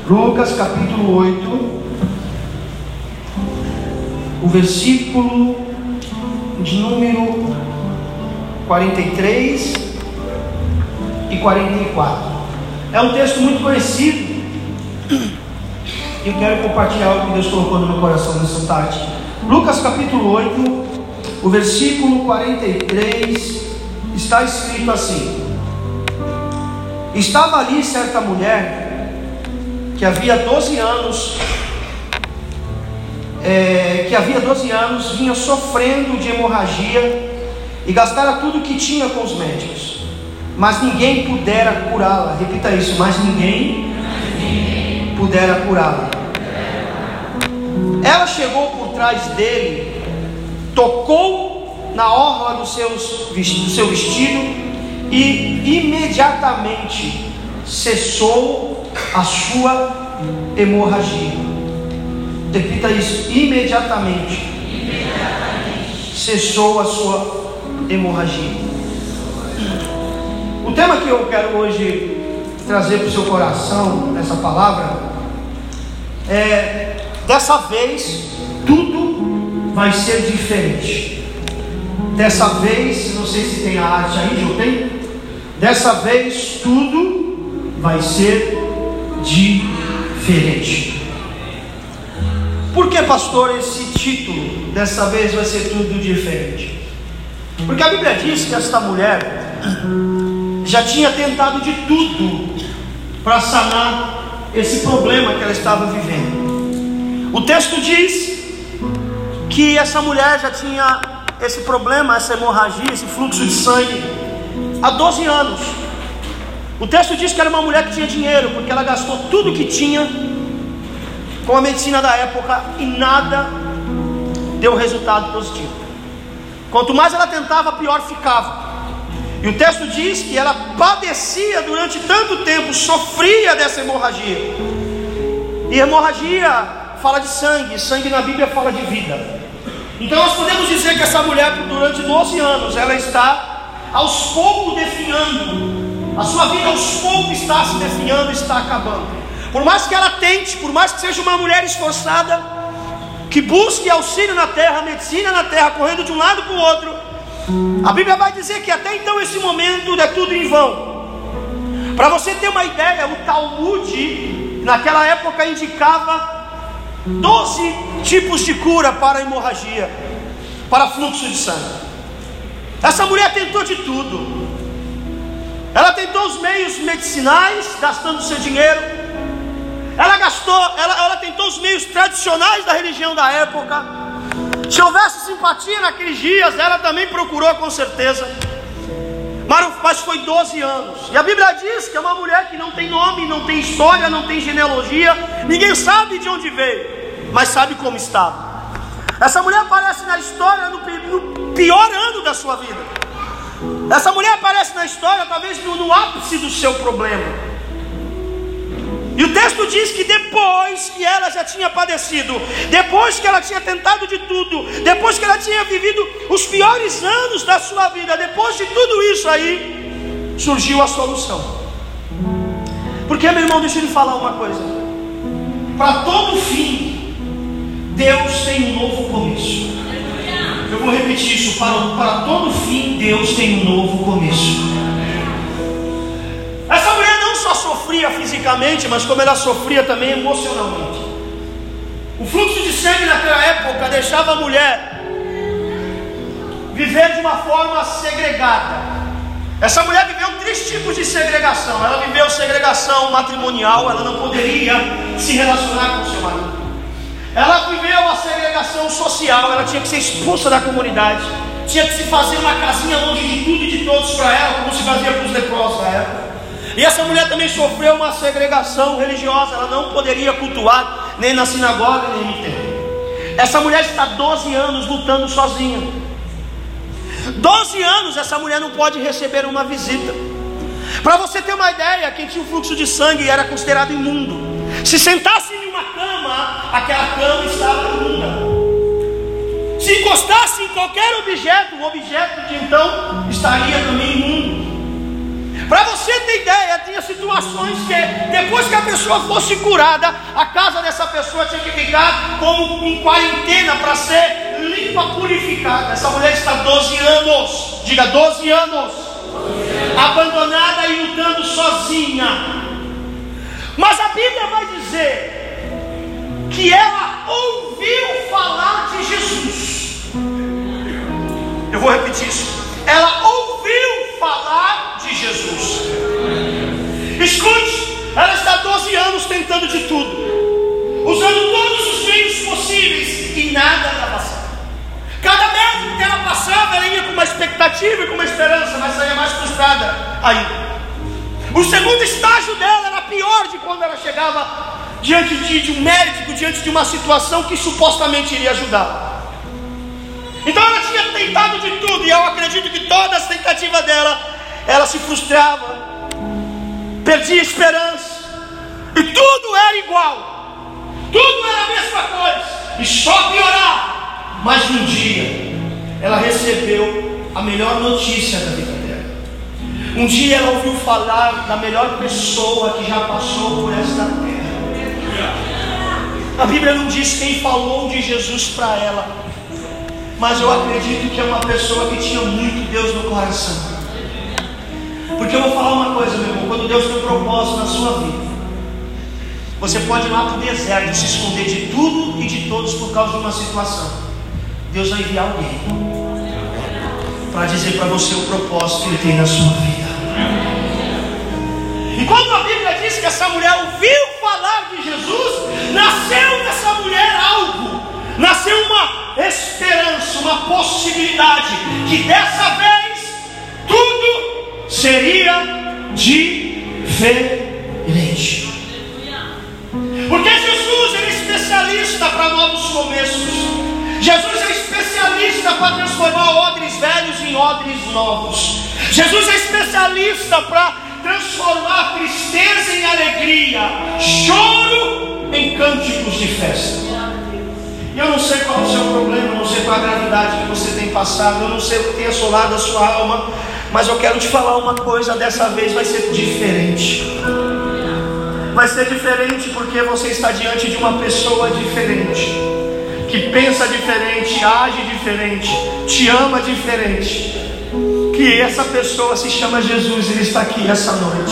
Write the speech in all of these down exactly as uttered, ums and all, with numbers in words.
Lucas capítulo oito, o versículo de número quarenta e três e quarenta e quatro. É um texto muito conhecido e eu quero compartilhar algo que Deus colocou no meu coração nessa tarde. Lucas capítulo oito, o versículo quarenta e três, está escrito assim: estava ali certa mulher que havia doze anos é, que havia doze anos vinha sofrendo de hemorragia e gastara tudo o que tinha com os médicos, mas ninguém pudera curá-la. Repita isso: mas ninguém pudera curá-la. Ela chegou por trás dele, tocou na orla do, seus, do seu vestido e imediatamente cessou a sua hemorragia. Repita isso: imediatamente, imediatamente cessou a sua hemorragia. O tema que eu quero hoje trazer para o seu coração nessa palavra é: dessa vez tudo vai ser diferente. Dessa vez, não sei se tem a arte aí, não tem? Dessa vez tudo vai ser diferente. Por que, pastor, esse título? Dessa vez vai ser tudo diferente. Porque a Bíblia diz que esta mulher já tinha tentado de tudo para sanar esse problema que ela estava vivendo. O texto diz que essa mulher já tinha esse problema, essa hemorragia, esse fluxo de sangue há doze anos. O texto diz que era uma mulher que tinha dinheiro, porque ela gastou tudo que tinha com a medicina da época e nada deu resultado positivo. Quanto mais ela tentava, pior ficava. E o texto diz que ela padecia durante tanto tempo, sofria dessa hemorragia. E hemorragia fala de sangue, sangue na Bíblia fala de vida. Então nós podemos dizer que essa mulher, durante doze anos, ela está aos poucos definhando. A sua vida aos poucos está se definhando, está acabando. Por mais que ela tente, por mais que seja uma mulher esforçada, que busque auxílio na terra, medicina na terra, correndo de um lado para o outro, a Bíblia vai dizer que até então esse momento é tudo em vão. Para você ter uma ideia, o Talmud naquela época indicava doze tipos de cura para a hemorragia, para fluxo de sangue. Essa mulher tentou de tudo. Ela tentou os meios medicinais, gastando seu dinheiro. Ela gastou, ela, ela tentou os meios tradicionais da religião da época. Se houvesse simpatia naqueles dias, ela também procurou, com certeza. Mas, mas foi doze anos. E a Bíblia diz que é uma mulher que não tem nome, não tem história, não tem genealogia. Ninguém sabe de onde veio, mas sabe como estava. Essa mulher aparece na história no, no pior ano da sua vida. Essa mulher aparece na história talvez no, no ápice do seu problema. E o texto diz que depois que ela já tinha padecido, depois que ela tinha tentado de tudo, depois que ela tinha vivido os piores anos da sua vida, depois de tudo isso aí, surgiu a solução. Porque, meu irmão, deixa eu lhe falar uma coisa: para todo fim, Deus tem um novo começo. Eu vou repetir isso: para, para todo fim, Deus tem um novo começo. Essa mulher não só sofria fisicamente, mas como ela sofria também emocionalmente. O fluxo de sangue naquela época deixava a mulher viver de uma forma segregada. Essa mulher viveu três tipos de segregação. Ela viveu segregação matrimonial, ela não poderia se relacionar com o seu marido. Ela viveu a segregação social, ela tinha que ser expulsa da comunidade, tinha que se fazer uma casinha longe de tudo e de todos para ela, como se fazia para os leprosos na época. E essa mulher também sofreu uma segregação religiosa. Ela não poderia cultuar nem na sinagoga, nem no templo. Essa mulher está doze anos lutando sozinha. doze anos essa mulher não pode receber uma visita. Para você ter uma ideia, quem tinha um fluxo de sangue era considerado imundo. Se sentasse em uma cama, aquela cama estava imunda. Se encostasse em qualquer objeto, o objeto de então estaria também imundo. Para você ter ideia, tinha situações que depois que a pessoa fosse curada, a casa dessa pessoa tinha que ficar como em quarentena para ser limpa, purificada. Essa mulher está doze anos, diga doze anos, abandonada e lutando sozinha. Mas a Bíblia vai dizer que ela ouviu falar de Jesus. Eu vou repetir isso. Ela ouviu falar de Jesus. Escute, ela está há doze anos tentando de tudo, usando todos os meios possíveis, e nada estava certo. Cada médico que ela passava, ela ia com uma expectativa e com uma esperança, mas saía mais frustrada ainda. O segundo estágio dela era pior de quando ela chegava diante de, de um médico, diante de uma situação que supostamente iria ajudá-la. Então ela tinha tentado de tudo, e eu acredito que todas as tentativas dela, ela se frustrava, perdia a esperança, e tudo era igual, tudo era a mesma coisa, e só piorava. Mas um dia ela recebeu a melhor notícia da vida dela. Um dia ela ouviu falar da melhor pessoa que já passou por esta terra. A Bíblia não diz quem falou de Jesus para ela, mas eu acredito que é uma pessoa que tinha muito Deus no coração. Porque eu vou falar uma coisa, meu irmão: quando Deus tem um propósito na sua vida, você pode ir lá para o deserto, se esconder de tudo e de todos por causa de uma situação. Deus vai enviar alguém para dizer para você o propósito que Ele tem na sua vida. E quando a Bíblia diz que essa mulher ouviu falar de Jesus, nasceu nessa mulher algo, nasceu uma esperança, uma possibilidade, que dessa vez tudo seria diferente. Porque Jesus é especialista para novos começos. Jesus é especialista para transformar odres velhos em odres novos. Jesus é especialista para transformar tristeza em alegria, choro em cânticos de festa. E eu não sei qual é o seu problema, eu não sei qual é a gravidade que você tem passado, eu não sei o que tem assolado a sua alma, mas eu quero te falar uma coisa: dessa vez vai ser diferente. Vai ser diferente porque você está diante de uma pessoa diferente, que pensa diferente, age diferente, te ama diferente. Que essa pessoa se chama Jesus, Ele está aqui essa noite.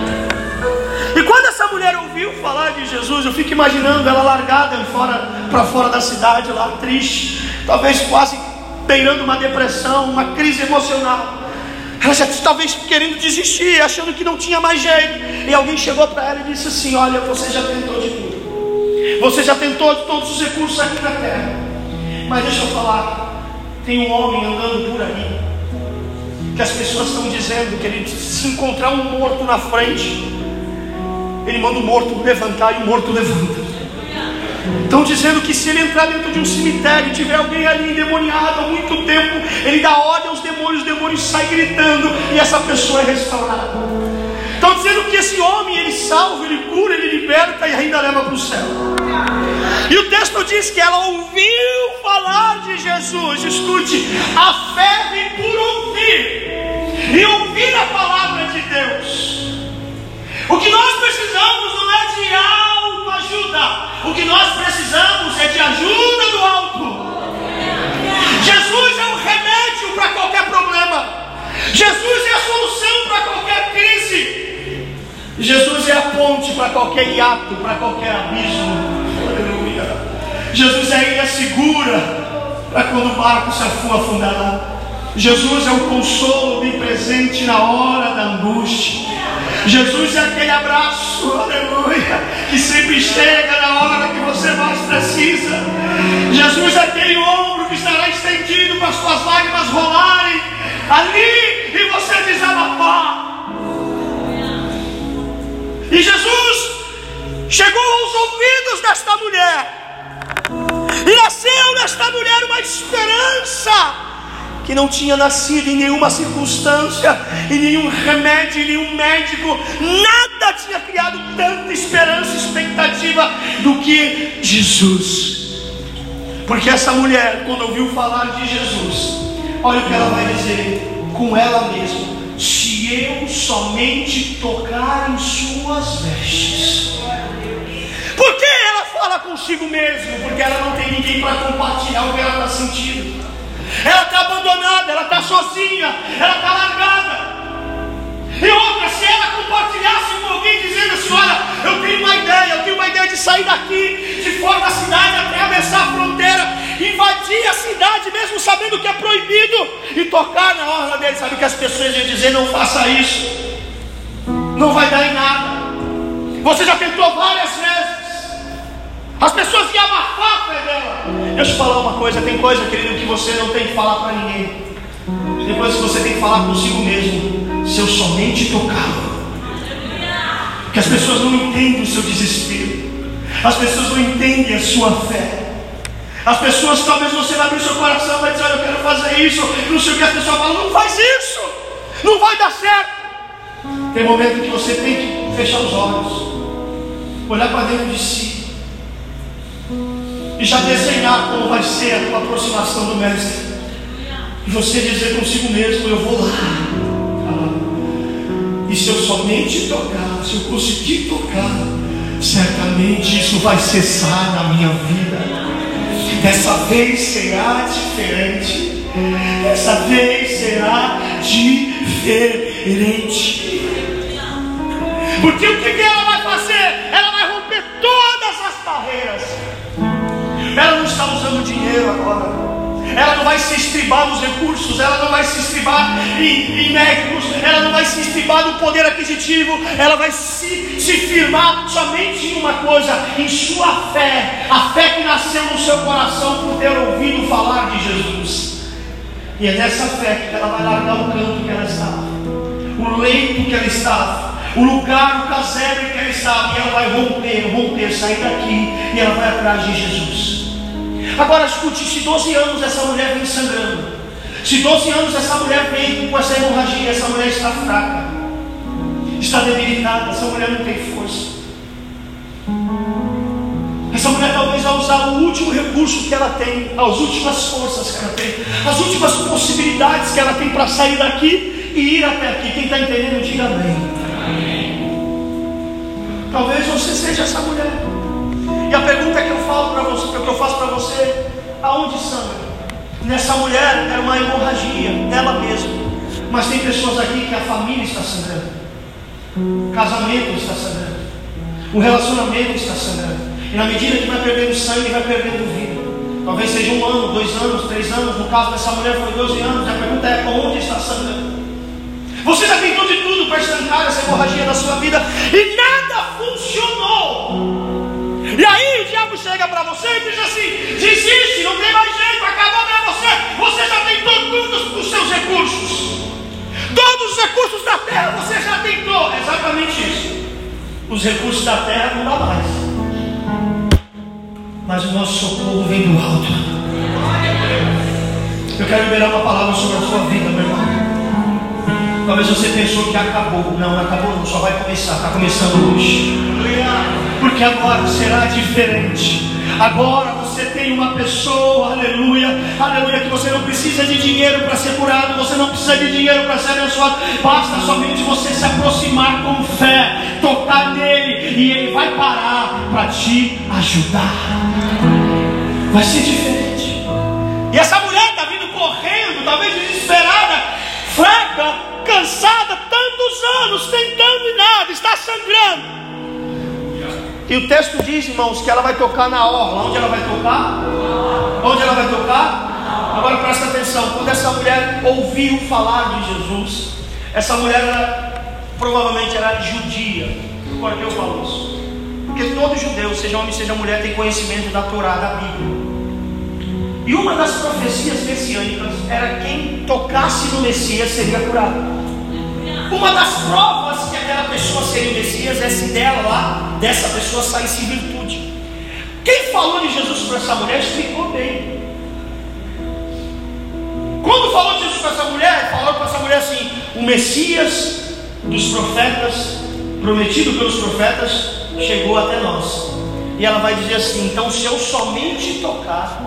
E quando essa mulher ouviu falar de Jesus, eu fico imaginando ela largada fora, para fora da cidade, lá triste, talvez quase beirando uma depressão, uma crise emocional. Ela já talvez querendo desistir, achando que não tinha mais jeito. E alguém chegou para ela e disse assim: olha, você já tentou de tudo, você já tentou de todos os recursos aqui na terra, mas deixa eu falar, tem um homem andando por aí, que as pessoas estão dizendo que ele, se encontrar um morto na frente, ele manda o morto levantar e o morto levanta. Estão dizendo que se ele entrar dentro de um cemitério e tiver alguém ali endemoniado há muito tempo, ele dá ordem aos demônios, os demônios saem gritando e essa pessoa é restaurada. Estão dizendo que esse homem, ele salva, ele cura, ele liberta e ainda leva para o céu. E o texto diz que ela ouviu falar de Jesus. Escute, a fé vem por ouvir, e ouvir a palavra de Deus. O que nós precisamos não é de autoajuda, o que nós precisamos é de ajuda do alto. Jesus é o remédio para qualquer problema, Jesus é a solução para qualquer crise, Jesus é a ponte para qualquer hiato, para qualquer abismo. Aleluia. Jesus é a ilha segura para quando o barco se afundar. Jesus é o consolo bem presente na hora da angústia. Jesus é aquele abraço, aleluia, que sempre chega na hora que você mais precisa. Jesus é aquele ombro que estará estendido para as suas lágrimas rolarem ali e você desabafar. E Jesus chegou aos ouvidos desta mulher, e nasceu nesta mulher uma esperança que não tinha nascido em nenhuma circunstância, em nenhum remédio, em nenhum médico. Nada tinha criado tanta esperança e expectativa do que Jesus. Porque essa mulher, quando ouviu falar de Jesus, olha o que ela vai dizer com ela mesma: se se eu somente tocar em suas vestes. Por que ela fala consigo mesmo? Porque ela não tem ninguém para compartilhar o que ela está sentindo. Ela está abandonada, ela está sozinha, ela está largada. E outra, se ela compartilhasse com alguém dizendo assim: olha, eu tenho uma ideia, eu tenho uma ideia de sair daqui, de fora da cidade, atravessar a fronteira, invadir a cidade, mesmo sabendo que é proibido, e tocar na orla dele. Sabe o que as pessoas iam dizer? Não faça isso, não vai dar em nada. Você já tentou várias vezes. As pessoas iam abafar a fé dela. Deixa eu falar uma coisa, tem coisa, querido, que você não tem que falar para ninguém. Depois que você tem que falar consigo mesmo. Se eu somente tocar, porque as pessoas não entendem o seu desespero, as pessoas não entendem a sua fé. As pessoas, talvez você vai abrir o seu coração, vai dizer: olha, eu quero fazer isso, não sei o que. As pessoas falam: não faz isso, não vai dar certo. Tem momento que você tem que fechar os olhos, olhar para dentro de si e já desenhar como vai ser a tua aproximação do Mestre. E você dizer consigo mesmo: eu vou lá. E se eu somente tocar, se eu conseguir tocar, certamente isso vai cessar na minha vida. Dessa vez será diferente. Dessa vez será diferente. Porque o que ela vai fazer? Ela vai romper todas as barreiras. Ela não está usando dinheiro agora. Ela não vai se estribar nos recursos, ela não vai se estribar em, em médicos, ela não vai se estribar no poder aquisitivo, ela vai se, se firmar somente em uma coisa: em sua fé, a fé que nasceu no seu coração por ter ouvido falar de Jesus. E é nessa fé que ela vai largar o canto que ela estava, o leito que ela estava, o lugar, o casebre que ela estava, e ela vai romper, romper, sair daqui, e ela vai atrás de Jesus. Agora escute, se doze anos essa mulher vem sangrando, se doze anos essa mulher vem com essa hemorragia, essa mulher está fraca, está debilitada, essa mulher não tem força. Essa mulher talvez vai usar o último recurso que ela tem, as últimas forças que ela tem, as últimas possibilidades que ela tem para sair daqui e ir até aqui. Quem está entendendo, diga amém. Talvez você seja essa mulher. E a pergunta que eu falo para você, que eu faço para você: aonde sangra? Nessa mulher era uma hemorragia dela mesma. Mas tem pessoas aqui que a família está sangrando, o casamento está sangrando, o relacionamento está sangrando. E na medida que vai perdendo sangue, vai perdendo vida. Talvez seja um ano, dois anos, três anos. No caso dessa mulher foi doze anos. A pergunta é: onde está sangrando? Você já tentou de tudo para estancar essa hemorragia da sua vida e nada funcionou. E aí o diabo chega para você e diz assim: desiste, não tem mais jeito, acabou para você. Você já tentou todos os seus recursos, todos os recursos da terra você já tentou. É exatamente isso. Os recursos da terra não dá mais, mas o nosso socorro vem do alto. Eu quero liberar uma palavra sobre a sua vida, meu irmão. Talvez você pensou que acabou. Não, acabou não, só vai começar. Está começando hoje. Porque agora será diferente. Agora você tem uma pessoa, aleluia, aleluia, que você não precisa de dinheiro para ser curado, você não precisa de dinheiro para ser abençoado. Basta somente você se aproximar com fé, tocar nele, e ele vai parar para te ajudar. Vai ser diferente. E essa mulher está vindo correndo, talvez desesperada, fraca, cansada, tantos anos tentando e nada, está sangrando. E o texto diz, irmãos, que ela vai tocar na orla. Onde ela vai tocar? Onde ela vai tocar? Agora presta atenção. Quando essa mulher ouviu falar de Jesus, essa mulher era, provavelmente era judia. Por que eu falo isso? Porque todo judeu, seja homem, seja mulher, tem conhecimento da Torá, da Bíblia. E uma das profecias messiânicas era quem tocasse no Messias seria curado. Uma das provas que aquela pessoa seria o Messias é se dela lá, dessa pessoa saísse virtude. Quem falou de Jesus para essa mulher explicou bem. Quando falou de Jesus para essa mulher, falou para essa mulher assim: o Messias dos profetas, prometido pelos profetas, chegou até nós. E ela vai dizer assim: então se eu somente tocar,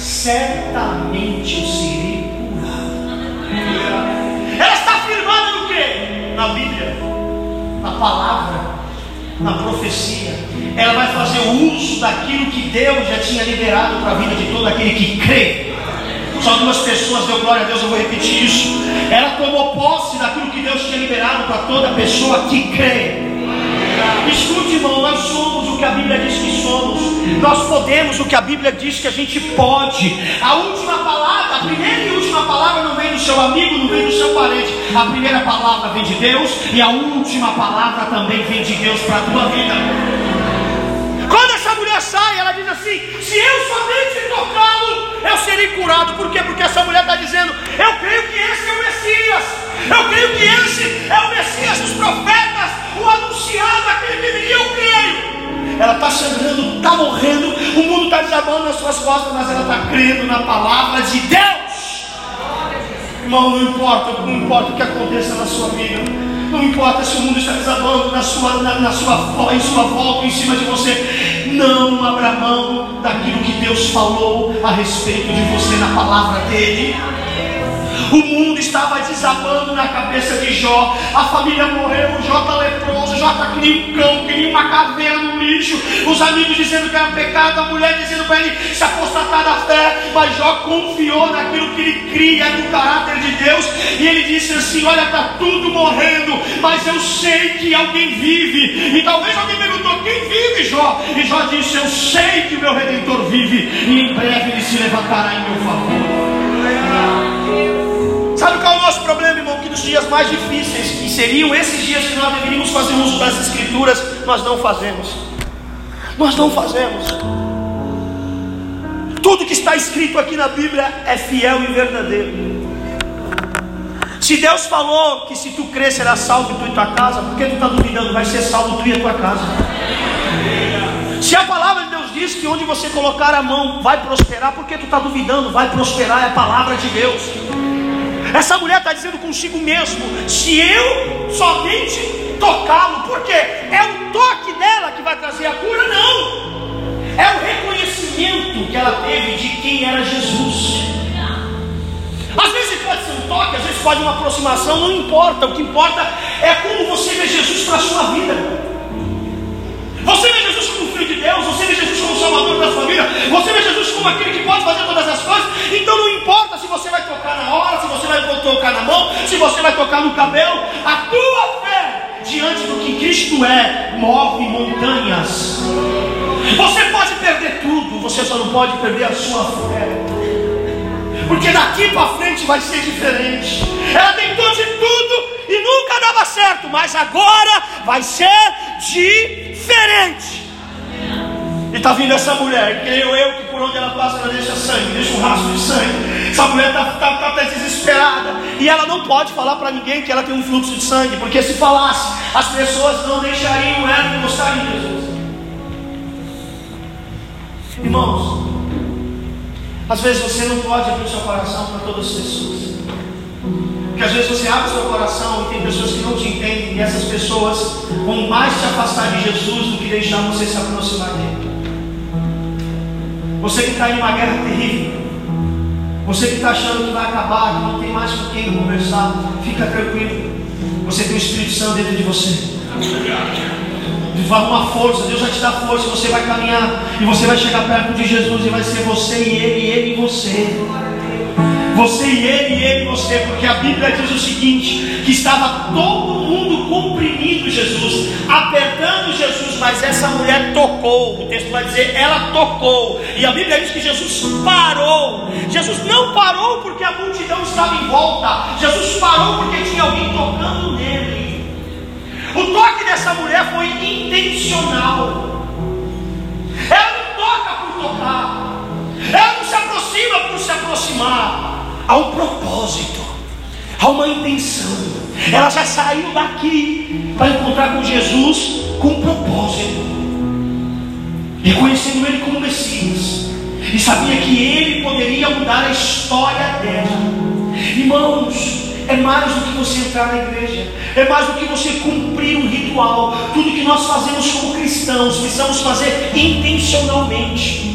certamente eu serei curado. Ela está afirmando no quê? Na Bíblia, na palavra, na profecia. Ela vai fazer uso daquilo que Deus já tinha liberado para a vida de todo aquele que crê. Só duas pessoas deu glória a Deus, eu vou repetir isso. Ela tomou posse daquilo que Deus tinha liberado para toda pessoa que crê. Escute, irmão, nós somos o que a Bíblia diz que somos. Nós podemos o que a Bíblia diz que a gente pode. A última palavra, a primeira e última palavra não vem do seu amigo, não vem do seu parente. A primeira palavra vem de Deus e a última palavra também vem de Deus para a tua vida. Quando essa mulher sai, ela diz assim: se eu somente tocá-lo, eu serei curado. Por quê? Porque essa mulher está dizendo: eu creio que esse é o Messias. Eu creio que esse é o Messias dos profetas, o anunciado, aquele que viria, eu creio. Ela está sangrando, está morrendo, o mundo está desabando nas suas costas, mas ela está crendo na palavra de Deus. Irmão, não importa, não importa o que aconteça na sua vida. Não importa se o mundo está desabando na sua, na, na sua, em sua volta, em cima de você. Não abra mão daquilo que Deus falou a respeito de você na palavra dele. O mundo estava desabando na cabeça de Jó. A família morreu, Jó está leproso, Jó está que nem um cão, que nem uma caveira no lixo. Os amigos dizendo que era pecado, a mulher dizendo para ele se apostatar da fé. Mas Jó confiou naquilo que ele cria no caráter de Deus. E ele disse assim: olha, está tudo morrendo, mas eu sei que alguém vive. E talvez alguém perguntou: quem vive, Jó? E Jó disse: eu sei que o meu Redentor vive, e em breve ele se levantará em meu favor. Sabe qual é o nosso problema, irmão? Que nos dias mais difíceis, que seriam esses dias que nós deveríamos fazer uso das Escrituras, nós não fazemos. Nós não fazemos. Tudo que está escrito aqui na Bíblia é fiel e verdadeiro. Se Deus falou que se tu crer será salvo tu e tua casa, por que tu está duvidando? Vai ser salvo tu e a tua casa. Se a palavra de Deus diz que onde você colocar a mão vai prosperar, por que tu está duvidando? Vai prosperar, é a palavra de Deus. Essa mulher está dizendo consigo mesmo: se eu somente tocá-lo, porque é o toque dela que vai trazer a cura? Não, é o reconhecimento que ela teve de quem era Jesus. Às vezes pode ser um toque, às vezes pode ser uma aproximação, não importa. O que importa é como você vê Jesus para a sua vida. Você vê Jesus como Filho de Deus, você vê Jesus como Salvador da sua vida, você vê Jesus como aquele que pode fazer todas as coisas. Então não importa se você vai tocar na hora, se você vai tocar na mão, se você vai tocar no cabelo. A tua fé diante do que Cristo é move montanhas. Você pode perder tudo, você só não pode perder a sua fé, porque daqui para frente vai ser diferente. Ela tentou de tudo e nunca dava certo, mas agora vai ser diferente. E está vindo essa mulher, creio eu que por onde ela passa ela deixa sangue, deixa um rastro de sangue. Essa mulher está tá, tá, tá desesperada. E ela não pode falar para ninguém que ela tem um fluxo de sangue, porque se falasse, as pessoas não deixariam ela encostar em Jesus. Irmãos, às vezes você não pode abrir o seu coração para todas as pessoas, porque às vezes você abre o seu coração e tem pessoas que não te entendem, e essas pessoas vão mais te afastar de Jesus do que deixar você se aproximar dele. Você que está em uma guerra terrível, você que está achando que vai acabar, que não tem mais com quem conversar, fica tranquilo, você tem o Espírito Santo dentro de você. Vai uma força, Deus vai te dar força, você vai caminhar e você vai chegar perto de Jesus e vai ser você e Ele, e Ele e você. Você e Ele, e Ele e você, porque a Bíblia diz o seguinte: que estava todo mundo comprimindo Jesus, apertando Jesus, mas essa mulher tocou. O texto vai dizer, ela tocou. E a Bíblia diz que Jesus parou. Jesus não parou porque a multidão estava em volta. Jesus parou porque tinha alguém tocando nele. O toque dessa mulher foi intencional. Ela não toca por tocar, ela não se aproxima por se aproximar. Há um propósito, há uma intenção. Ela já saiu daqui para encontrar com Jesus com um propósito, reconhecendo Ele como Messias, e sabia que Ele poderia mudar a história dela. Irmãos, é mais do que você entrar na igreja, é mais do que você cumprir um ritual. Tudo que nós fazemos como cristãos precisamos fazer intencionalmente.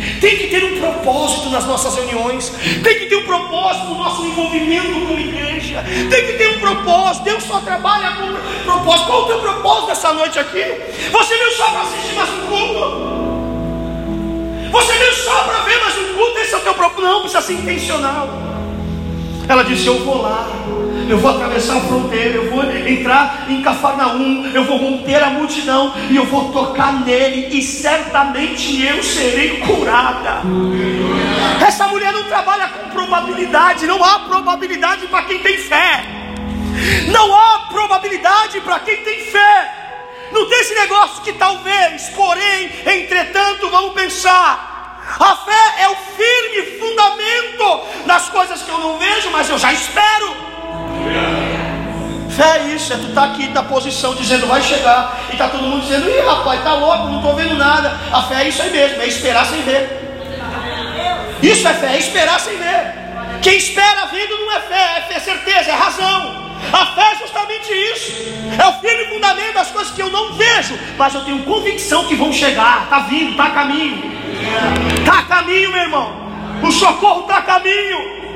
Tem que ter um propósito nas nossas reuniões. Tem que ter um propósito no nosso envolvimento com a igreja. Tem que ter um propósito. Deus só trabalha com propósito. Qual é o teu propósito dessa noite aqui? Você veio só para assistir mais um culto? Você veio só para ver mais um culto? Esse é o teu propósito? Não, precisa ser intencional. Ela disse: eu vou lá, eu vou atravessar a fronteira, eu vou entrar em Cafarnaum, eu vou romper a multidão e eu vou tocar nele, e certamente eu serei curada. Essa mulher não trabalha com probabilidade. Não há probabilidade para quem tem fé. Não há probabilidade para quem tem fé. Não tem esse negócio que talvez, porém, entretanto, vamos pensar. A fé é o firme fundamento das coisas que eu não vejo, mas eu já espero. Fé é isso, é tu estar tá aqui na posição dizendo vai chegar, e está todo mundo dizendo: ih, rapaz, tá louco, não estou vendo nada. A fé é isso aí mesmo, é esperar sem ver. Isso é fé, é esperar sem ver. Quem espera vendo não é fé, é fé, certeza, é razão. A fé é justamente isso. É o firme fundamento das coisas que eu não vejo, mas eu tenho convicção que vão chegar. Está vindo, está a caminho. Está a caminho, meu irmão. O socorro está a caminho.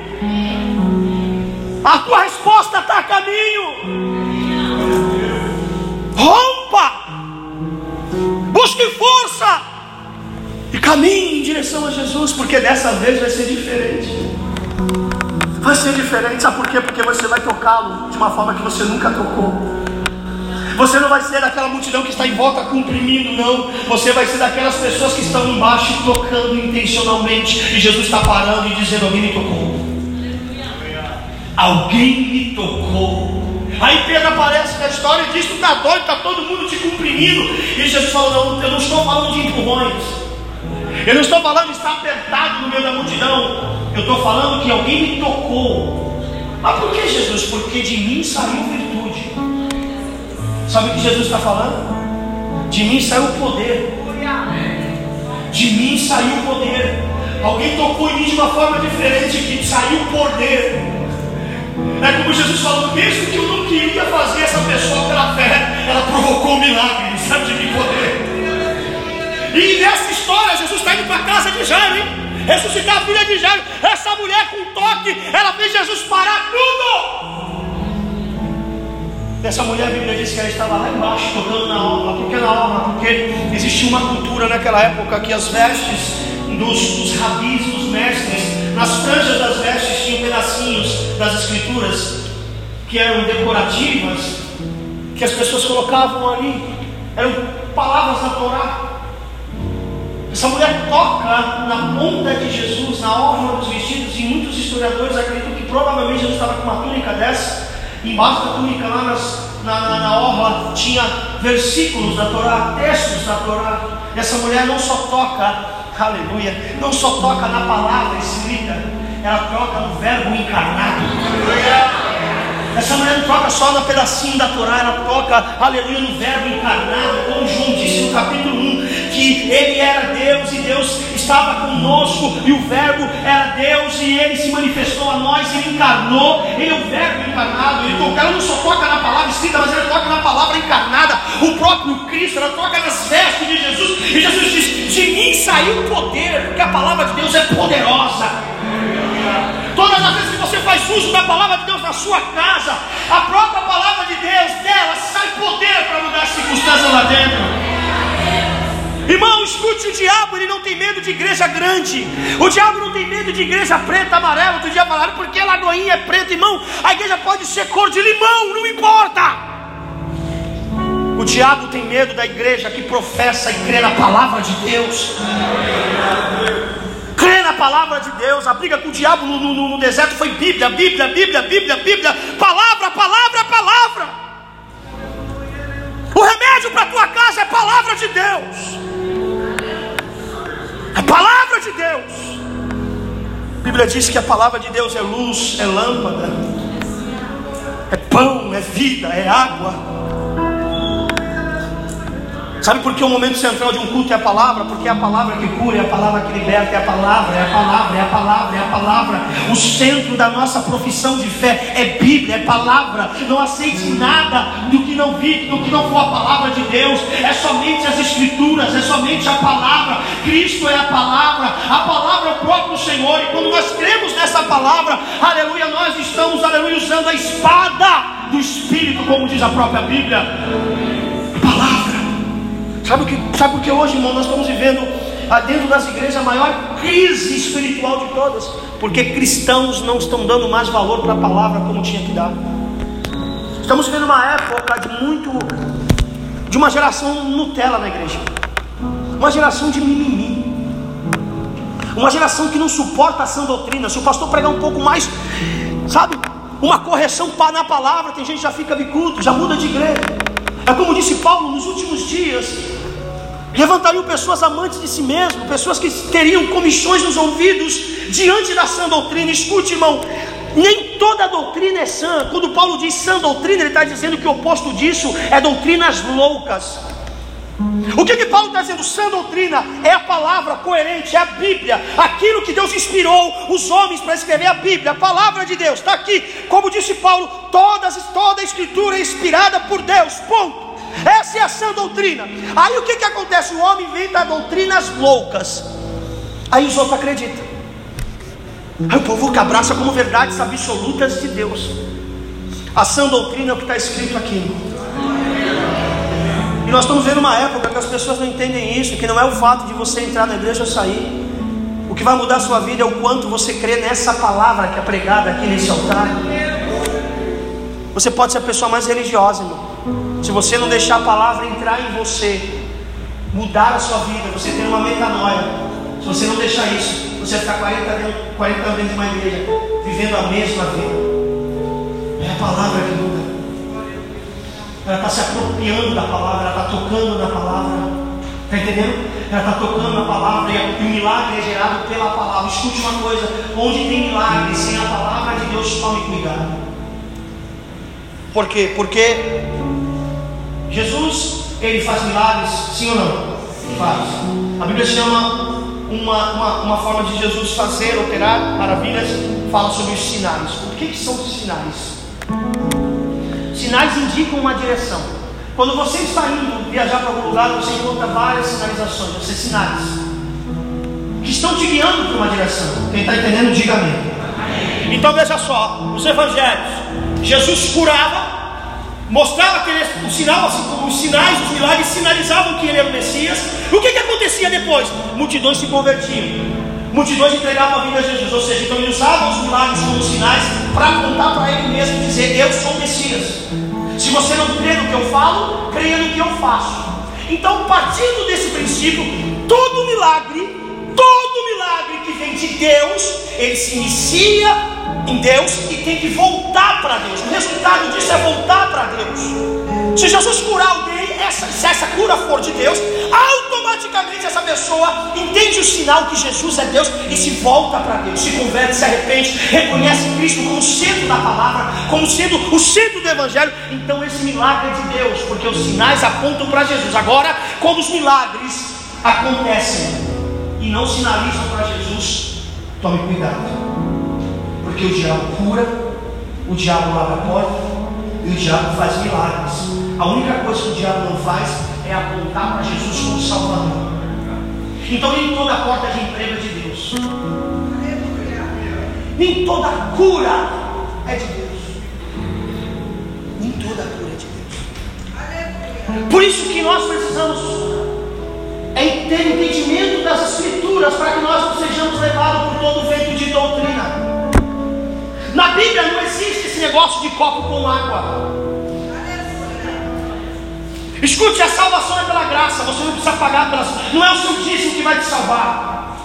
A tua resposta está a caminho. Rompa, busque força e caminhe em direção a Jesus, porque dessa vez vai ser diferente. Vai ser diferente, sabe por quê? Porque você vai tocá-lo de uma forma que você nunca tocou. Você não vai ser daquela multidão que está em volta comprimindo, não. Você vai ser daquelas pessoas que estão embaixo tocando intencionalmente. E Jesus está parando e dizendo: alguém me tocou. Alguém me tocou. Aí Pedro aparece na história e diz: tu está doido, está todo mundo te comprimindo. E Jesus falou: não, eu não estou falando de empurrões. Eu não estou falando de estar apertado no meio da multidão. Eu estou falando que alguém me tocou. Mas por que, Jesus? Porque de mim saiu virtude. Sabe o que Jesus está falando? De mim saiu o poder. De mim saiu o poder. Alguém tocou em mim de uma forma diferente, que saiu o poder. É como Jesus falou: mesmo que eu não queria fazer, essa pessoa pela fé, ela provocou um milagre, sabe, de mim poder. E nessa história, Jesus está indo para a casa de Jairo, hein? Ressuscitar a filha de Jairo. Essa mulher com um toque, ela fez Jesus parar tudo. Essa mulher, a Bíblia diz que ela estava lá embaixo tocando na orla. Por que na orla? Porque existia uma cultura naquela época que as vestes dos, dos rabis, dos mestres, nas franjas das vestes tinham pedacinhos das escrituras que eram decorativas, que as pessoas colocavam ali. Eram palavras da Torá. Essa mulher toca na ponta de Jesus, na orla dos vestidos, e muitos historiadores acreditam que provavelmente Jesus estava com uma túnica dessa. Embaixo da túnica, lá nas, na, na, na orla, tinha versículos da Torá, textos da Torá. Essa mulher não só toca, aleluia, não só toca na palavra escrita, ela toca no verbo encarnado. Essa mulher não toca só no pedacinho da Torá, ela toca, aleluia, no verbo encarnado, como João disse no capítulo um, que ele era Deus e Deus estava conosco, e o verbo era Deus e ele se manifestou a nós, ele encarnou, ele é o verbo encarnado. Ele toca, ela não só toca na palavra escrita, mas ela toca na palavra encarnada, o próprio Cristo. Ela toca nas vestes de Jesus, e Jesus diz: de mim saiu o poder, porque a palavra de Deus é poderosa. Todas as vezes que você faz uso da palavra de Deus na sua casa, a própria palavra de Deus, dela sai poder para mudar as circunstâncias lá dentro. Irmão, escute, o diabo, ele não tem medo de igreja grande. O diabo não tem medo de igreja preta, amarela. Outro dia falaram: porque a Lagoinha é preta. Irmão, a igreja pode ser cor de limão, não importa. O diabo tem medo da igreja que professa e crê na palavra de Deus. Crê na palavra de Deus. A briga com o diabo no, no, no deserto foi Bíblia, Bíblia, Bíblia, Bíblia, Bíblia. Palavra, palavra, palavra. O remédio para a tua casa é palavra de Deus. A palavra de Deus. A Bíblia diz que a palavra de Deus é luz, é lâmpada, é pão, é vida, é água. Sabe por que o momento central de um culto é a palavra? Porque é a palavra que cura, é a palavra que liberta, é a palavra, é a palavra, é a palavra, é a palavra. O centro da nossa profissão de fé é Bíblia, é palavra. Não aceite nada do que não vi, do que não for a palavra de Deus. É somente as Escrituras. escrituras, é somente a palavra. Cristo é a palavra, a palavra é o próprio Senhor. E quando nós cremos nessa palavra, aleluia, nós estamos, aleluia, usando a espada do Espírito, como diz a própria Bíblia. Palavra. Sabe o que, sabe o que hoje, irmão, nós estamos vivendo dentro das igrejas a maior crise espiritual de todas, porque cristãos não estão dando mais valor para a palavra como tinha que dar. Estamos vivendo uma época de muito, de uma geração Nutella na igreja, uma geração de mimimi, uma geração que não suporta a sã doutrina. Se o pastor pregar um pouco mais, sabe, uma correção na palavra, tem gente que já fica bicudo, já muda de igreja. É como disse Paulo, nos últimos dias levantariam pessoas amantes de si mesmo, pessoas que teriam comichões nos ouvidos diante da sã doutrina. Escute, irmão, nem toda doutrina é sã. Quando Paulo diz sã doutrina, ele está dizendo que o oposto disso é doutrinas loucas. O que que Paulo está dizendo? Sã doutrina é a palavra coerente, é a Bíblia, aquilo que Deus inspirou os homens para escrever a Bíblia, a palavra de Deus, está aqui. Como disse Paulo, todas, toda a escritura é inspirada por Deus, ponto. Essa é a sã doutrina. Aí o que que acontece? O homem inventa doutrinas loucas, aí os outros acreditam. Aí o povo que abraça como verdades absolutas de Deus. A sã doutrina é o que está escrito aqui, irmão. E nós estamos vendo uma época que as pessoas não entendem isso, que não é o fato de você entrar na igreja ou sair. O que vai mudar a sua vida é o quanto você crê nessa palavra que é pregada aqui nesse altar. Você pode ser a pessoa mais religiosa, irmão. Se você não deixar a palavra entrar em você, mudar a sua vida, você ter uma metanoia, se você não deixar isso, você vai ficar quarenta anos dentro de uma igreja, vivendo a mesma vida. É a palavra que muda. Ela está se apropriando da palavra, ela está tocando na palavra. Está entendendo? Ela está tocando na palavra, e o milagre é gerado pela palavra. Escute uma coisa: onde tem milagre sem a palavra de Deus, tome cuidado. Por quê? Porque Jesus, ele faz milagres, sim ou não? Faz. A Bíblia chama uma, uma, uma forma de Jesus fazer, operar maravilhas, fala sobre os sinais. O que, que são os sinais? Sinais indicam uma direção. Quando você está indo viajar para algum lugar, você encontra várias sinalizações, você sinais que estão te guiando para uma direção. Quem está entendendo, diga amém. Então veja só, os evangelhos, Jesus curava, mostrava que ele, o sinal, assim como os sinais, os milagres sinalizavam que ele era o Messias. O que, que acontecia depois? Multidões se convertiam, multidões entregavam a vida a Jesus. Ou seja, então ele usava os milagres como sinais para apontar para ele mesmo, dizer: eu sou o Messias. Se você não crê no que eu falo, creia no que eu faço. Então, partindo desse princípio, todo milagre, todo milagre que vem de Deus, ele se inicia em Deus e tem que voltar para Deus. O resultado disso é voltar para Deus. Se Jesus curar alguém, essa, se essa cura for de Deus, automaticamente essa pessoa entende o sinal que Jesus é Deus e se volta para Deus, se converte, se arrepende, reconhece Cristo como centro da palavra, como sendo o centro do Evangelho. Então esse milagre é de Deus, porque os sinais apontam para Jesus. Agora, quando os milagres acontecem e não sinalizam para Jesus, tome cuidado, porque o diabo cura, o diabo abre a porta e o diabo faz milagres. A única coisa que o diabo não faz é apontar para Jesus como Salvador. Então nem toda porta de emprego é de Deus, nem toda cura é de Deus, nem toda cura é de Deus. Por isso que nós precisamos é ter entendimento das Escrituras, para que nós não sejamos levados por todo o vento de doutrina. Na Bíblia não existe esse negócio de copo com água. Escute, a salvação é pela graça. Você não precisa pagar pelas... Não é o seu dízimo que vai te salvar.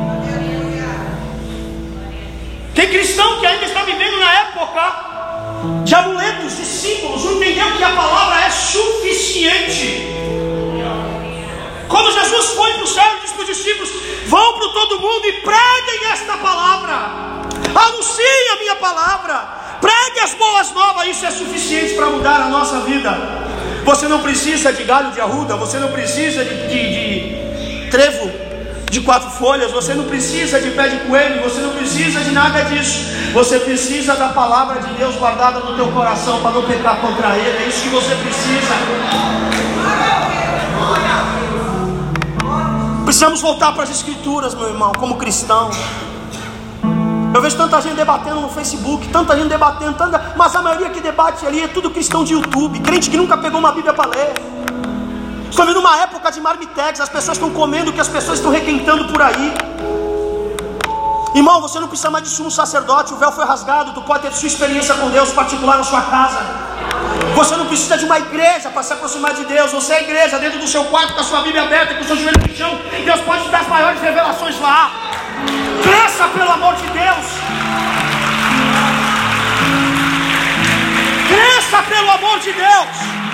Tem cristão que ainda está vivendo na época de amuletos, de símbolos, não entendeu que a palavra é suficiente. Quando Jesus foi para o céu, ele disse para os discípulos: vão para todo mundo e preguem esta palavra. Anunciem a minha palavra, pregue as boas novas. Isso é suficiente para mudar a nossa vida. Você não precisa de galho de arruda, você não precisa de, de, de trevo de quatro folhas, você não precisa de pé de coelho, você não precisa de nada disso. Você precisa da palavra de Deus guardada no teu coração para não pecar contra ele. É isso que você precisa. Precisamos voltar para as escrituras, meu irmão, como cristão. Eu vejo tanta gente debatendo no Facebook, tanta gente debatendo, tanta... mas a maioria que debate ali é tudo cristão de YouTube, crente que nunca pegou uma Bíblia para ler. Estou vendo uma época de marmitex, as pessoas estão comendo o que as pessoas estão requentando por aí. Irmão, você não precisa mais de sumo sacerdote, o véu foi rasgado, tu pode ter sua experiência com Deus particular na sua casa. Você não precisa de uma igreja para se aproximar de Deus. Você é igreja dentro do seu quarto, com a sua Bíblia aberta, com o seu joelho no chão. Deus pode te dar as maiores revelações lá. Cresça pelo amor de Deus. Cresça pelo amor de Deus.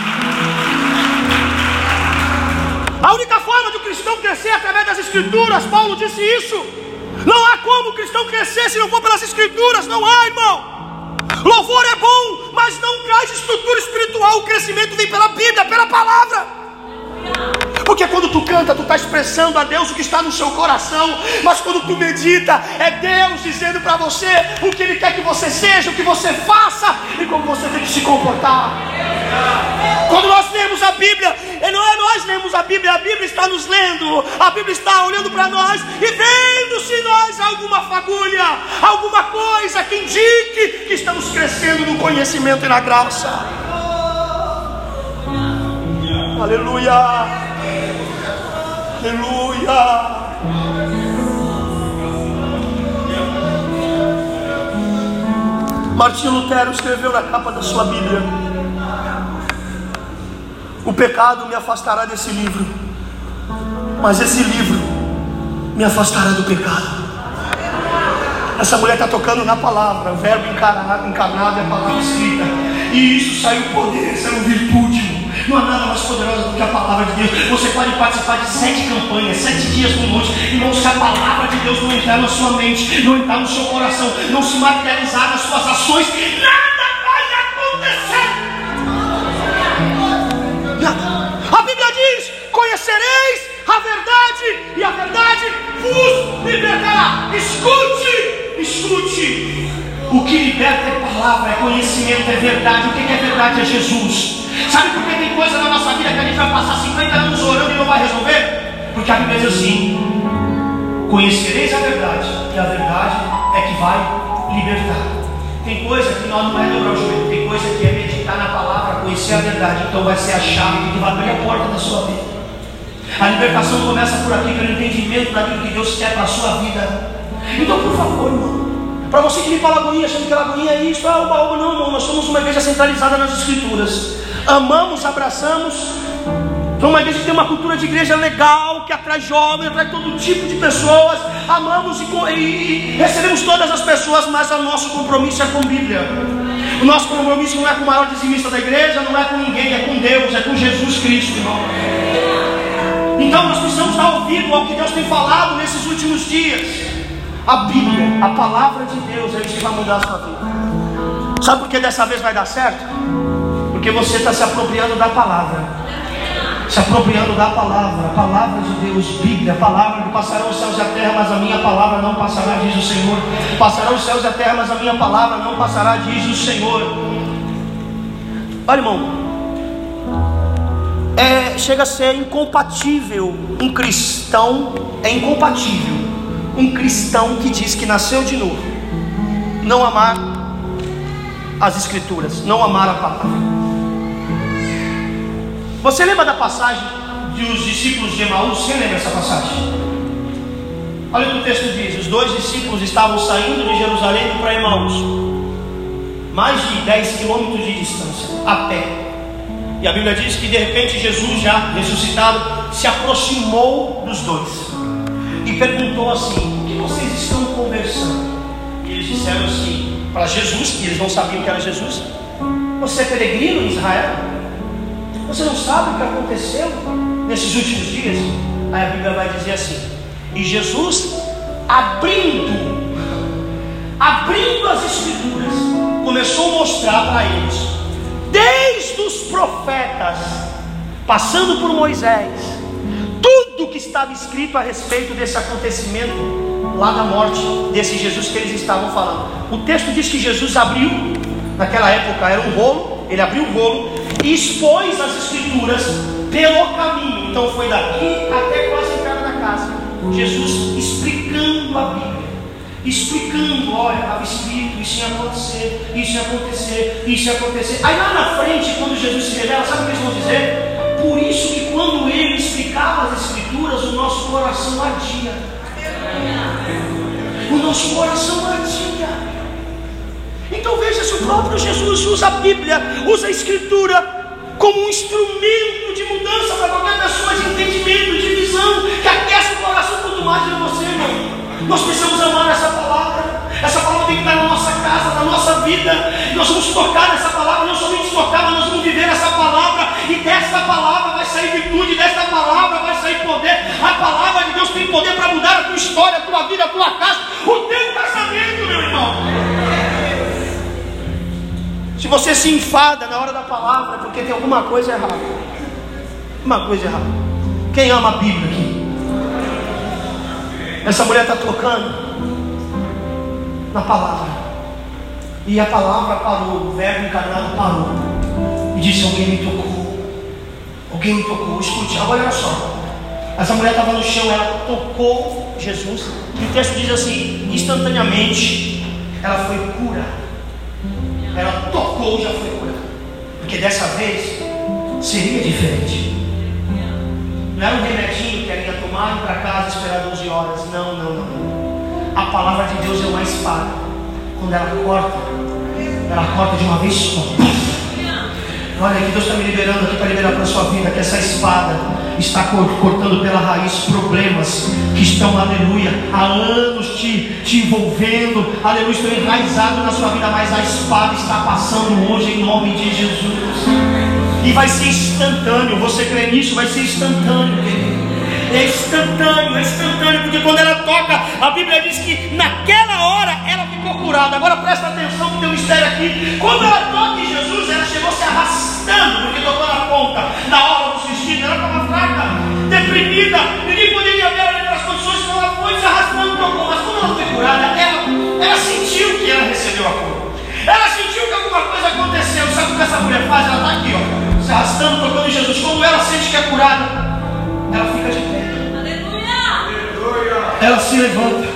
A única forma de um cristão crescer é através das escrituras. Paulo disse isso. Não há como o cristão crescer se não for pelas escrituras. Não há, irmão. Louvor é bom, mas não traz estrutura espiritual. O crescimento vem pela Bíblia, pela palavra. Porque quando tu canta, tu está expressando a Deus o que está no seu coração. Mas quando tu medita, é Deus dizendo para você o que Ele quer que você seja, o que você faça e como você tem que se comportar. Quando nós lemos a Bíblia, não é nós lemos a Bíblia, a Bíblia está nos lendo. A Bíblia está olhando para nós e vendo se nós há alguma fagulha, alguma coisa que indique que estamos crescendo no conhecimento e na graça. Aleluia. Aleluia. Martinho Lutero escreveu na capa da sua Bíblia: o pecado me afastará desse livro, mas esse livro me afastará do pecado. Essa mulher está tocando na palavra, o verbo encarnado, encarnado é a palavra escrita. E isso saiu poder, saiu virtude. Não há nada mais poderoso do que a palavra de Deus. Você pode participar de sete campanhas, sete dias no monte. Irmão, se a palavra de Deus não entrar na sua mente, não entrar no seu coração, não se materializar nas suas ações, nada vai acontecer. Nada. A Bíblia diz: conhecereis a verdade, e a verdade vos libertará. Escute, escute. O que liberta é palavra, é conhecimento, é verdade. O que é verdade? É Jesus. Sabe por que tem coisa na nossa vida que a gente vai passar cinquenta anos orando e não vai resolver? Porque a Bíblia diz assim: conhecereis a verdade, e a verdade é que vai libertar. Tem coisa que nós não é dobrar o joelho, tem coisa que é meditar na palavra, conhecer a verdade. Então vai ser a chave que vai abrir a porta da sua vida. A libertação começa por aqui, pelo entendimento daquilo que Deus quer para a sua vida. Então, por favor, irmão, para você que limpa a lagoinha, achando que a lagoinha é isso, ah, oba, oba, não, irmão, nós somos uma igreja centralizada nas Escrituras. Amamos, abraçamos. Então, uma igreja que tem uma cultura de igreja legal, que atrai jovens, atrai todo tipo de pessoas. Amamos e, e, e recebemos todas as pessoas, mas o nosso compromisso é com a Bíblia. O nosso compromisso não é com o maior dizimista da igreja, não é com ninguém, é com Deus, é com Jesus Cristo, irmão. Então nós precisamos dar ouvido ao que Deus tem falado nesses últimos dias. A Bíblia, a palavra de Deus, é isso que vai mudar a sua vida. Sabe por que dessa vez vai dar certo? Porque você está se apropriando da palavra. Se apropriando da palavra. A palavra de Deus, Bíblia, a palavra que passarão os céus e a terra, mas a minha palavra não passará, diz o Senhor. Passarão os céus e a terra, mas a minha palavra não passará, diz o Senhor. Olha, irmão, É, chega a ser incompatível um cristão, é incompatível um cristão que diz que nasceu de novo, não amar as Escrituras, não amar a palavra. Você lembra da passagem dos discípulos de Emaús? Quem lembra essa passagem? Olha o que o texto diz: os dois discípulos estavam saindo de Jerusalém para Emaús, mais de dez quilômetros de distância, a pé. E a Bíblia diz que de repente Jesus, já ressuscitado, se aproximou dos dois e perguntou assim: o que vocês estão conversando? E eles disseram assim para Jesus, que eles não sabiam que era Jesus: você é peregrino em Israel? Você não sabe o que aconteceu nesses últimos dias? Aí a Bíblia vai dizer assim: e Jesus, abrindo abrindo as Escrituras, começou a mostrar para eles, desde os profetas, passando por Moisés, tudo que estava escrito a respeito desse acontecimento lá da morte desse Jesus que eles estavam falando. O texto diz que Jesus abriu, naquela época era um rolo, ele abriu o rolo e expôs as Escrituras pelo caminho. Então foi daqui até quase a entrada da casa, Jesus explicando a Bíblia, explicando, olha, estava escrito, isso ia acontecer, isso ia acontecer, isso ia acontecer. Aí lá na frente, quando Jesus se revela, sabe o que eles vão dizer? Por isso que quando ele explicava as Escrituras, o nosso coração ardia. O nosso coração ardia. Então veja, se o próprio Jesus usa a Bíblia, usa a Escritura como um instrumento de mudança para qualquer pessoa, de entendimento, de visão, que aquece o coração, quanto mais de você, irmão. Nós precisamos amar essa palavra. Essa palavra tem que estar na nossa casa, na nossa vida. Nós vamos tocar nessa palavra, não somente tocar, mas nós vamos viver essa palavra. E dessa palavra vai sair virtude, dessa palavra vai sair poder. A palavra de Deus tem poder para mudar a tua história, a tua vida, a tua casa, o teu casamento, meu irmão. Se você se enfada na hora da palavra, é porque tem alguma coisa errada. Uma coisa errada. Quem ama a Bíblia aqui? Essa mulher está tocando na palavra, e a palavra parou, o verbo encarnado parou, e disse: alguém me tocou, alguém me tocou. Escute, agora olha só, essa mulher estava no chão, ela tocou Jesus, e o texto diz assim: instantaneamente ela foi curada. Ela tocou, já foi curada, porque dessa vez seria diferente. Não era um remedinho que ela ia tomar e ir para casa esperar doze horas. Não, não, não, não. A palavra de Deus é uma espada. Quando ela corta, ela corta de uma vez só. Olha que Deus está me liberando aqui para liberar para a sua vida, que essa espada está cortando pela raiz problemas que estão, aleluia, há anos te, te envolvendo, aleluia, estão enraizados na sua vida, mas a espada está passando hoje em nome de Jesus. E vai ser instantâneo. Você crê nisso? Vai ser instantâneo, querido. É instantâneo, é instantâneo. Porque quando ela toca, a Bíblia diz que naquela hora ela ficou curada. Agora presta atenção que tem um mistério aqui. Quando ela toca em Jesus, ela chegou se arrastando, porque tocou na ponta, na hora do vestido. Ela estava fraca, deprimida, ninguém poderia ver ela naquelas condições. Então ela foi se arrastando, tocou. Mas quando ela foi curada, ela, ela sentiu que ela recebeu a cura. Ela sentiu que alguma coisa aconteceu. Sabe o que essa mulher faz? Ela está aqui, ó, se arrastando, tocando em Jesus. Quando ela sente que é curada, ela fica de pé. Aleluia. Ela se levanta.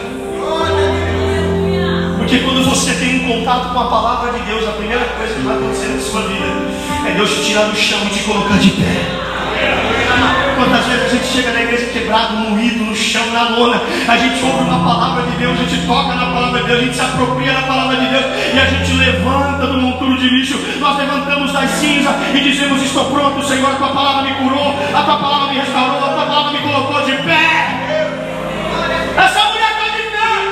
Aleluia. Porque quando você tem um contato com a palavra de Deus, a primeira coisa que vai acontecer na sua vida é Deus te tirar do chão e te colocar de pé. Quantas vezes a gente chega na igreja quebrado, moído, no chão, na lona, a gente ouve uma palavra de Deus, a gente toca na palavra de Deus, a gente se apropria da palavra de Deus e a gente levanta do monturo de lixo. Nós levantamos das cinzas e dizemos: estou pronto, Senhor, a tua palavra me curou, a tua palavra me restaurou, a tua palavra me colocou de pé. Essa mulher está de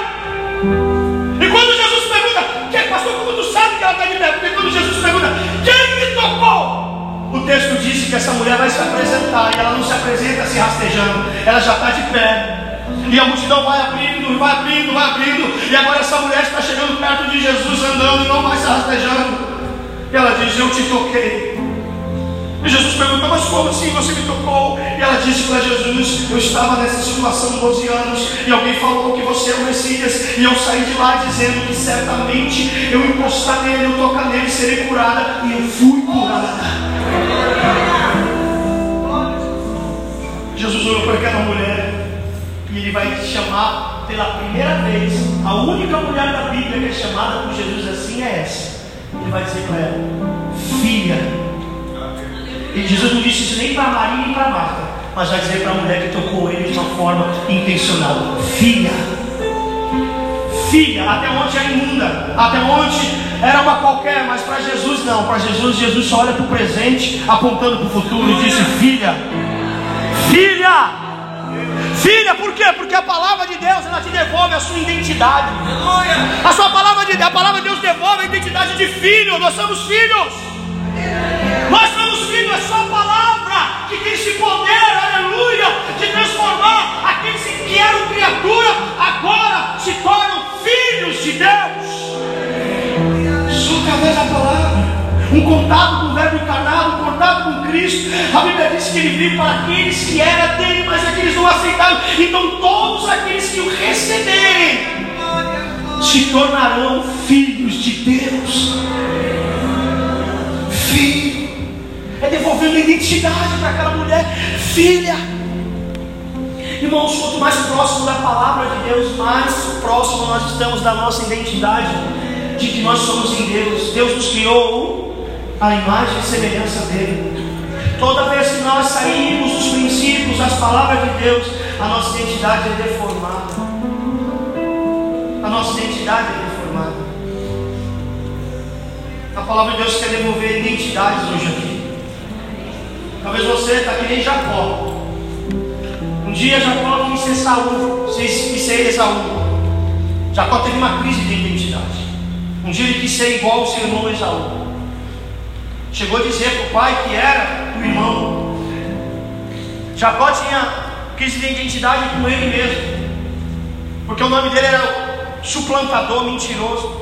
pé. E quando Jesus pergunta: que pastor, como tu sabe que ela está de pé? Porque quando Jesus pergunta: quem me tocou? O texto disse que essa mulher vai se apresentar, e ela não se apresenta se rastejando, ela já está de pé, e a multidão vai abrindo, vai abrindo, vai abrindo, e agora essa mulher está chegando perto de Jesus andando e não mais se rastejando, e ela diz: eu te toquei. E Jesus pergunta: mas como assim você me tocou? E ela disse para Jesus: eu estava nessa situação doze anos, e alguém falou que você é o Messias, e eu saí de lá dizendo que certamente eu encostar nele, eu tocar nele, serei curada, e eu fui curada. Jesus olhou para aquela mulher e ele vai chamar pela primeira vez, a única mulher da Bíblia que é chamada por Jesus assim é essa. Ele vai dizer para ela: filha. E Jesus não disse isso nem para Maria nem para Marta, mas vai dizer para a mulher que tocou ele de uma forma intencional: filha. Filha, até onde é imunda, até onde era uma qualquer, mas para Jesus não. Para Jesus, Jesus só olha para o presente, apontando para o futuro, e disse: filha, filha, filha. Por quê? Porque a palavra de Deus, ela te devolve a sua identidade. A sua palavra de Deus, a palavra de Deus devolve a identidade de filho. Nós somos filhos. Nós somos filhos. É só a palavra que tem esse poder, aleluia, de transformar aqueles que eram criatura, agora se tornam filhos de Deus. Só através da palavra. Um contato com o verbo encarnado, um contato com Cristo. A Bíblia diz que ele veio para aqueles que eram dele, mas aqueles não aceitaram. Então todos aqueles que o receberem se tornarão filhos de Deus. Filho. É devolvendo a identidade para aquela mulher. Filha. Irmãos, quanto mais próximo da palavra de Deus, mais próximo nós estamos da nossa identidade, de que nós somos em Deus. Deus nos criou à imagem e semelhança dele. Toda vez que nós saímos dos princípios, das palavras de Deus, a nossa identidade é deformada. A nossa identidade é deformada. A palavra de Deus quer devolver identidades hoje aqui. Talvez você está que nem Jacó. Um dia Jacó quis ser Saul, quis ser Esaú. Jacó teve uma crise de identidade. Um dia ele quis ser igual ao seu irmão Esaú. Chegou a dizer para o pai que era o irmão. Jacó tinha crise de identidade com ele mesmo, porque o nome dele era suplantador, mentiroso.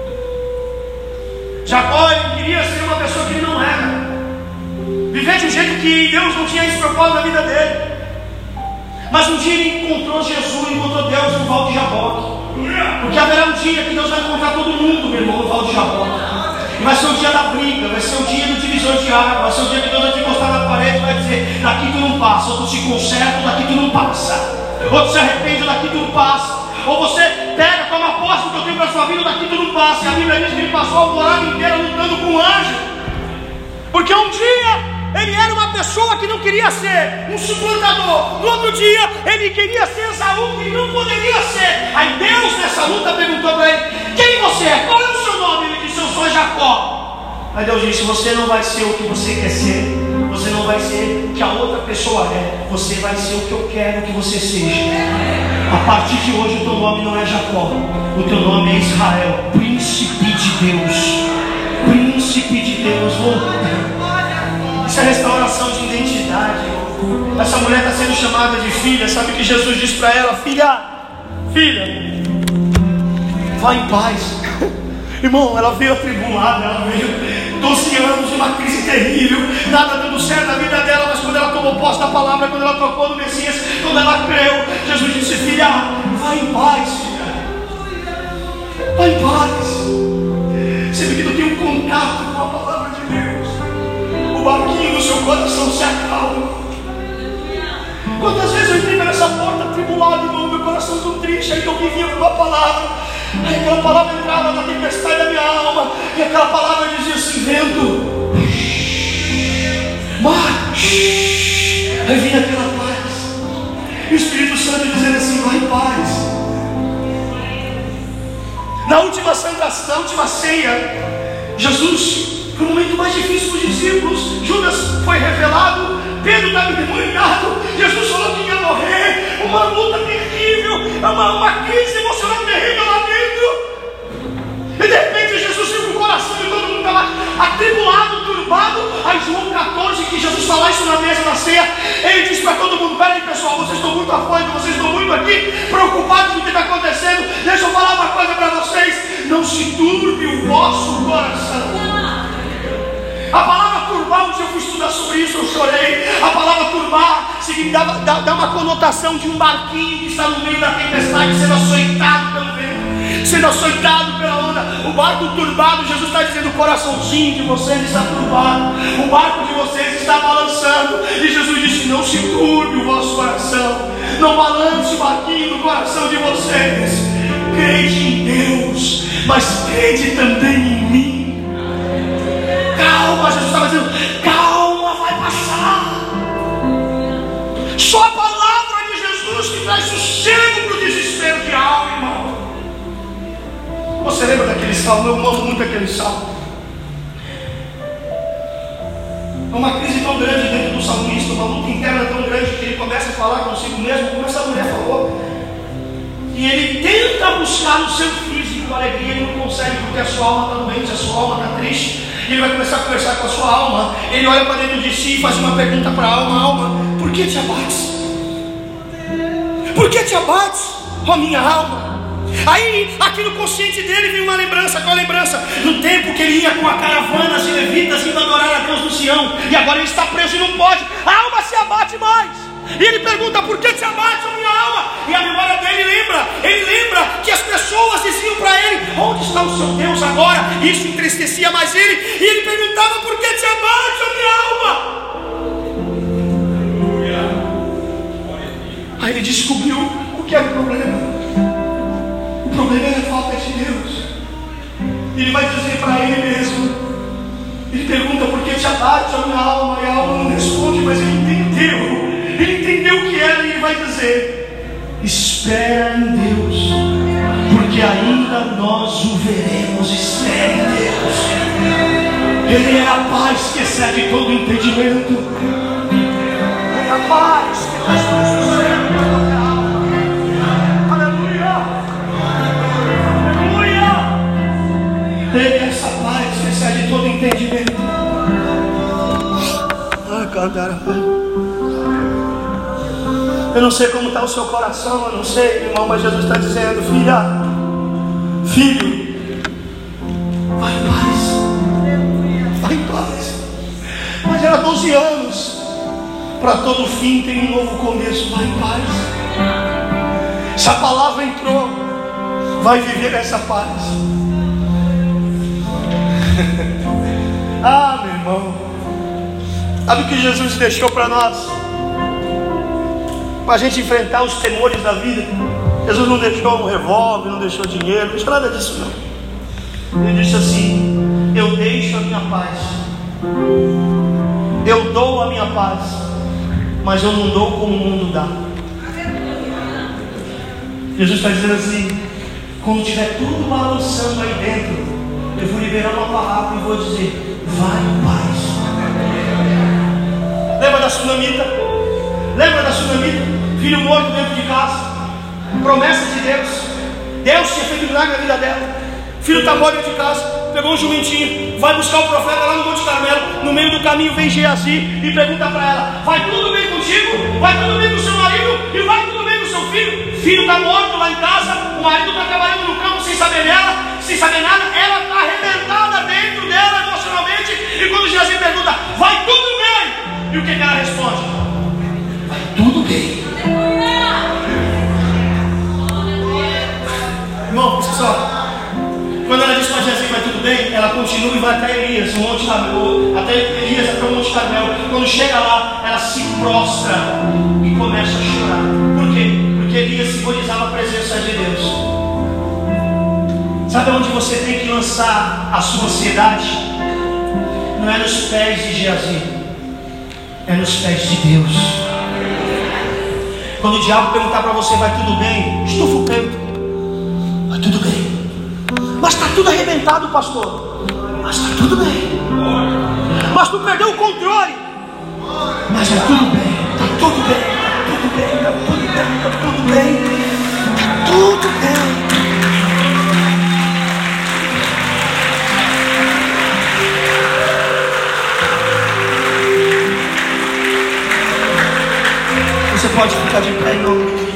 Jacó, ele queria ser uma pessoa que ele não era, viver de um jeito que Deus não tinha esse propósito na vida dele. Mas um dia ele encontrou Jesus, encontrou Deus no Val de Jaboque. Porque haverá um dia que Deus vai encontrar todo mundo, meu irmão, no Val de Jaboque. E vai ser o dia da briga, vai ser o dia do divisor de água, vai ser o dia que Deus vai te encostar na parede e vai dizer: daqui tu não passa. Ou tu se conserta, daqui tu não passa. Ou tu se arrepende, daqui tu não passa. Ou você pega, toma posse do que eu tenho para a sua vida, daqui tu não passa. E a Bíblia diz que ele passou a alvorada inteira lutando com um anjo. Porque um dia ele era uma pessoa que não queria ser um suplantador. No outro dia ele queria ser Esaú, que ele não poderia ser. Aí Deus nessa luta perguntou para ele: quem você é? Qual é o seu nome? Ele disse: eu sou Jacó. Aí Deus disse: você não vai ser o que você quer ser. Você não vai ser o que a outra pessoa é. Você vai ser o que eu quero que você seja. A partir de hoje o teu nome não é Jacó. O teu nome é Israel, príncipe de Deus. Príncipe de Deus. Isso é restauração de identidade. Essa mulher está sendo chamada de filha. Sabe o que Jesus disse para ela? Filha, filha, vá em paz. Irmão, ela veio atribulada, ela veio doze anos de uma crise terrível, nada dando certo na vida dela. Mas quando ela tomou posse da palavra, quando ela tocou no Messias, quando ela creu, Jesus disse: filha, vá em paz, filha, vá em paz. Sempre que tu tem um contato com a palavra de Deus, o barquinho do seu coração se acalma. Quantas vezes eu entrei nessa porta atribulado, irmão, meu coração tão triste, aí alguém vinha com uma palavra, aí aquela palavra entrava na tempestade da minha alma, e aquela palavra dizia assim: vento, mar, aí vinha aquela paz, e o Espírito Santo dizendo assim: vai em paz. Na última santa, na última ceia, Jesus, foi o momento mais difícil dos discípulos. Judas foi revelado, Pedro estava endemoniado, Jesus falou que ia morrer. Uma luta terrível, uma, uma crise emocional terrível lá dentro. E de repente Jesus viu que o coração de todo mundo estava atribulado, turbado. Aí João catorze, que Jesus fala isso na mesa da ceia, ele diz para todo mundo: peraí pessoal, vocês estão muito afoitos, vocês estão muito aqui preocupados com o que está acontecendo. Deixa eu falar uma coisa para vocês: não se turbe o vosso coração. A palavra turbar, um dia eu fui estudar sobre isso, eu chorei. A palavra turbar significa, dá, dá uma conotação de um barquinho que está no meio da tempestade, sendo açoitado pelo vento, sendo açoitado pela onda. O barco turbado, Jesus está dizendo: o coraçãozinho de vocês está turbado, o barco de vocês está balançando. E Jesus disse: não se turbe o vosso coração, não balance o barquinho do coração de vocês. Crede em Deus, mas crede também em mim. Calma, Jesus estava dizendo: calma, vai passar. Só a palavra de Jesus que traz sossego para o desespero de alma, irmão. Você lembra daquele salmo? Eu amo muito aquele salmo. É uma crise tão grande dentro do salmista, uma luta interna tão grande, que ele começa a falar consigo mesmo, como essa mulher falou. E ele tenta buscar no seu físico alegria, ele não consegue, porque a sua alma está doente, a sua alma está triste. E ele vai começar a conversar com a sua alma. Ele olha para dentro de si e faz uma pergunta para a alma: alma, por que te abates? Por que te abates, ó minha alma? Aí, aqui no consciente dele vem uma lembrança. Qual a lembrança? No tempo que ele ia com a caravana de levitas indo adorar a Deus no Sião, e agora ele está preso e não pode. A alma se abate mais. E ele pergunta: por que te abate, ó minha alma? E a memória dele lembra, ele lembra que as pessoas diziam para ele: onde está o seu Deus agora? Isso entristecia mais ele. E ele perguntava: por que te abate, ó minha alma? Aí ele descobriu o que era o problema. O problema era a falta de Deus. Ele vai dizer para ele mesmo. Ele pergunta por que te abate a minha alma, e a alma não responde, mas ele entendeu. Ele entendeu o que era, e ele vai dizer: espera em Deus, porque ainda nós o veremos. Espera em Deus. Ele é a paz que excede todo entendimento. Ele é a paz que traz sucesso na nossa alma. Aleluia. Aleluia. Ele é essa paz que excede todo entendimento. Ah, cara. Eu não sei como está o seu coração, eu não sei, irmão, mas Jesus está dizendo: filha, filho, vai em paz, vai em paz. Mas era doze anos, para todo fim tem um novo começo. Vai em paz. Se a palavra entrou, vai viver essa paz. Ah, meu irmão, sabe o que Jesus deixou para nós? Para a gente enfrentar os temores da vida. Jesus não deixou um revólver, não deixou dinheiro, não deixou nada disso não. Ele disse assim: eu deixo a minha paz, eu dou a minha paz, mas eu não dou como o mundo dá. Jesus está dizendo assim: quando tiver tudo balançando aí dentro, eu vou liberar uma palavra e vou dizer: vai em paz. Lembra da tsunamita? Lembra da tsunamita? Filho morto dentro de casa, promessa de Deus. Deus tinha feito milagre na vida dela. Filho está morto dentro de casa, pegou um jumentinho, vai buscar o profeta lá no Monte Carmelo. No meio do caminho vem Geazi e pergunta para ela: vai tudo bem contigo? Vai tudo bem com o seu marido? E vai tudo bem com o seu filho? Filho está morto lá em casa, o marido está trabalhando no campo sem saber dela, sem saber nada. Ela está arrebentada dentro dela emocionalmente. E quando Geazi pergunta: vai tudo bem? E o que, que ela responde? Vai tudo bem. Irmão, só, quando ela diz para Jesus vai tudo bem, ela continua e vai até Elias, o Monte Carmelo, até Elias, até o Monte Carmelo. Quando chega lá, ela se prostra e começa a chorar. Por quê? Porque Elias simbolizava a presença de Deus. Sabe onde você tem que lançar a sua ansiedade? Não é nos pés de Geazi, é nos pés de Deus. Quando o diabo perguntar para você vai tudo bem, estufa o peito. Vai tudo bem. Mas está tudo arrebentado, pastor. Mas está tudo bem. Mas tu perdeu o controle. Mas está tudo bem. Está tudo bem. Está tudo bem. Está tudo bem. Está tudo bem. Está tudo bem. Você pode ficar de pé em nome de Jesus.